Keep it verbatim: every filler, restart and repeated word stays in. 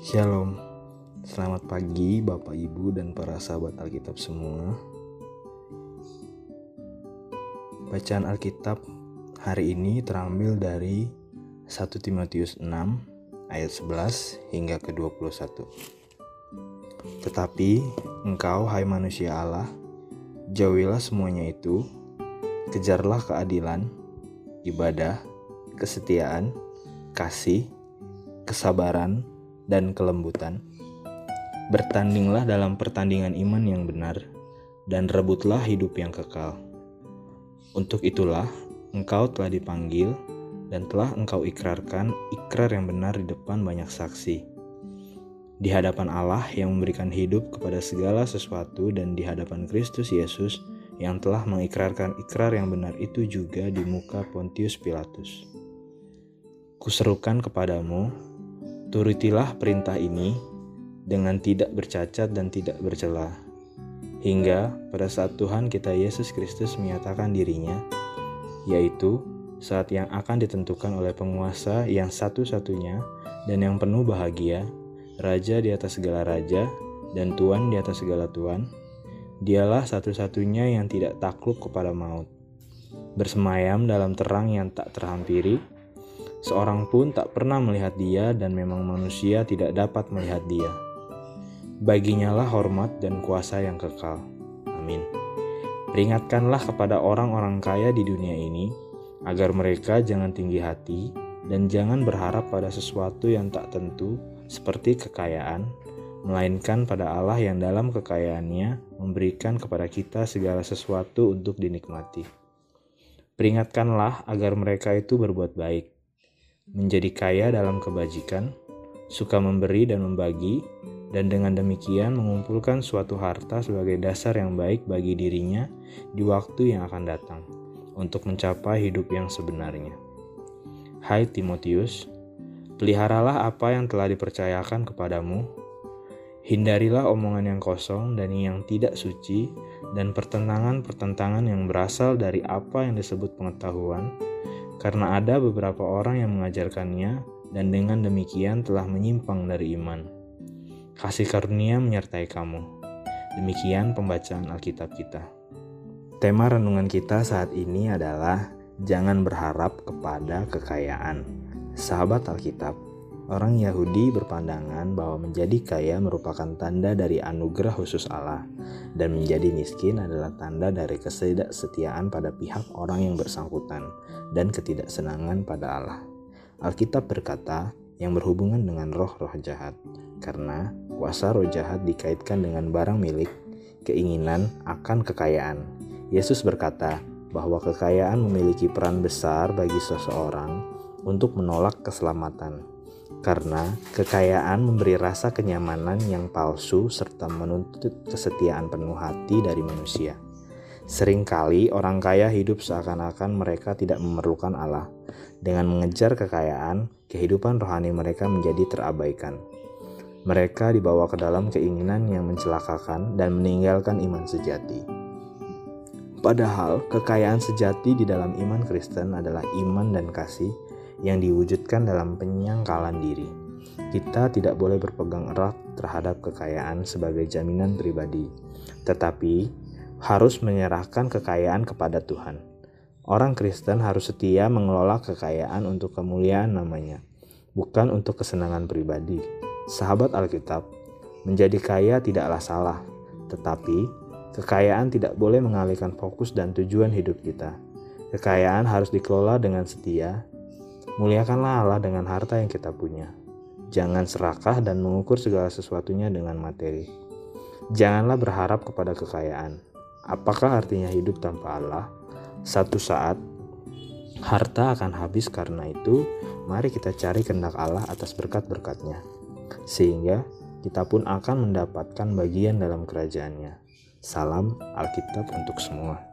Shalom, selamat pagi Bapak Ibu dan para sahabat Alkitab semua. Bacaan Alkitab hari ini terambil dari satu Timotius enam ayat sebelas hingga ke dua puluh satu. Tetapi engkau hai manusia Allah, jauhilah semuanya itu, kejarlah keadilan, ibadah, kesetiaan, kasih, kesabaran, dan kelembutan. Bertandinglah dalam pertandingan iman yang benar, dan rebutlah hidup yang kekal. Untuk itulah engkau telah dipanggil, dan telah engkau ikrarkan ikrar yang benar di depan banyak saksi, di hadapan Allah yang memberikan hidup kepada segala sesuatu, dan di hadapan Kristus Yesus yang telah mengikrarkan ikrar yang benar itu juga di muka Pontius Pilatus. Kuserukan kepadamu, turutilah perintah ini dengan tidak bercacat dan tidak bercela, hingga pada saat Tuhan kita Yesus Kristus menyatakan dirinya, yaitu saat yang akan ditentukan oleh penguasa yang satu-satunya dan yang penuh bahagia, Raja di atas segala raja dan Tuan di atas segala tuan. Dialah satu-satunya yang tidak takluk kepada maut, bersemayam dalam terang yang tak terhampiri. Seorang pun tak pernah melihat dia, dan memang manusia tidak dapat melihat dia. Baginya lah hormat dan kuasa yang kekal. Amin. Peringatkanlah kepada orang-orang kaya di dunia ini, agar mereka jangan tinggi hati, dan jangan berharap pada sesuatu yang tak tentu seperti kekayaan, melainkan pada Allah yang dalam kekayaannya memberikan kepada kita segala sesuatu untuk dinikmati. Peringatkanlah agar mereka itu berbuat baik, menjadi kaya dalam kebajikan, suka memberi dan membagi, dan dengan demikian mengumpulkan suatu harta sebagai dasar yang baik bagi dirinya di waktu yang akan datang, untuk mencapai hidup yang sebenarnya. Hai Timotius, peliharalah apa yang telah dipercayakan kepadamu, hindarilah omongan yang kosong dan yang tidak suci, dan pertentangan-pertentangan yang berasal dari apa yang disebut pengetahuan, karena ada beberapa orang yang mengajarkannya, dan dengan demikian telah menyimpang dari iman. Kasih karunia menyertai kamu. Demikian pembacaan Alkitab kita. Tema renungan kita saat ini adalah jangan berharap kepada kekayaan. Sahabat Alkitab, orang Yahudi berpandangan bahwa menjadi kaya merupakan tanda dari anugerah khusus Allah, dan menjadi miskin adalah tanda dari ketidaksetiaan pada pihak orang yang bersangkutan dan ketidaksenangan pada Allah. Alkitab berkata yang berhubungan dengan roh-roh jahat, karena kuasa roh jahat dikaitkan dengan barang milik, keinginan akan kekayaan. Yesus berkata bahwa kekayaan memiliki peran besar bagi seseorang untuk menolak keselamatan, karena kekayaan memberi rasa kenyamanan yang palsu serta menuntut kesetiaan penuh hati dari manusia. Seringkali orang kaya hidup seakan-akan mereka tidak memerlukan Allah. Dengan mengejar kekayaan, kehidupan rohani mereka menjadi terabaikan. Mereka dibawa ke dalam keinginan yang mencelakakan dan meninggalkan iman sejati. Padahal kekayaan sejati di dalam iman Kristen adalah iman dan kasih yang diwujudkan dalam penyangkalan diri. Kita tidak boleh berpegang erat terhadap kekayaan sebagai jaminan pribadi, tetapi harus menyerahkan kekayaan kepada Tuhan. Orang Kristen harus setia mengelola kekayaan untuk kemuliaan namanya, bukan untuk kesenangan pribadi. Sahabat Alkitab, menjadi kaya tidaklah salah, tetapi kekayaan tidak boleh mengalihkan fokus dan tujuan hidup kita. Kekayaan harus dikelola dengan setia. Muliakanlah Allah dengan harta yang kita punya. Jangan serakah dan mengukur segala sesuatunya dengan materi. Janganlah berharap kepada kekayaan. Apakah artinya hidup tanpa Allah? Satu saat, harta akan habis, karena itu mari kita cari kehendak Allah atas berkat-berkat-Nya, sehingga kita pun akan mendapatkan bagian dalam kerajaan-Nya. Salam Alkitab untuk semua.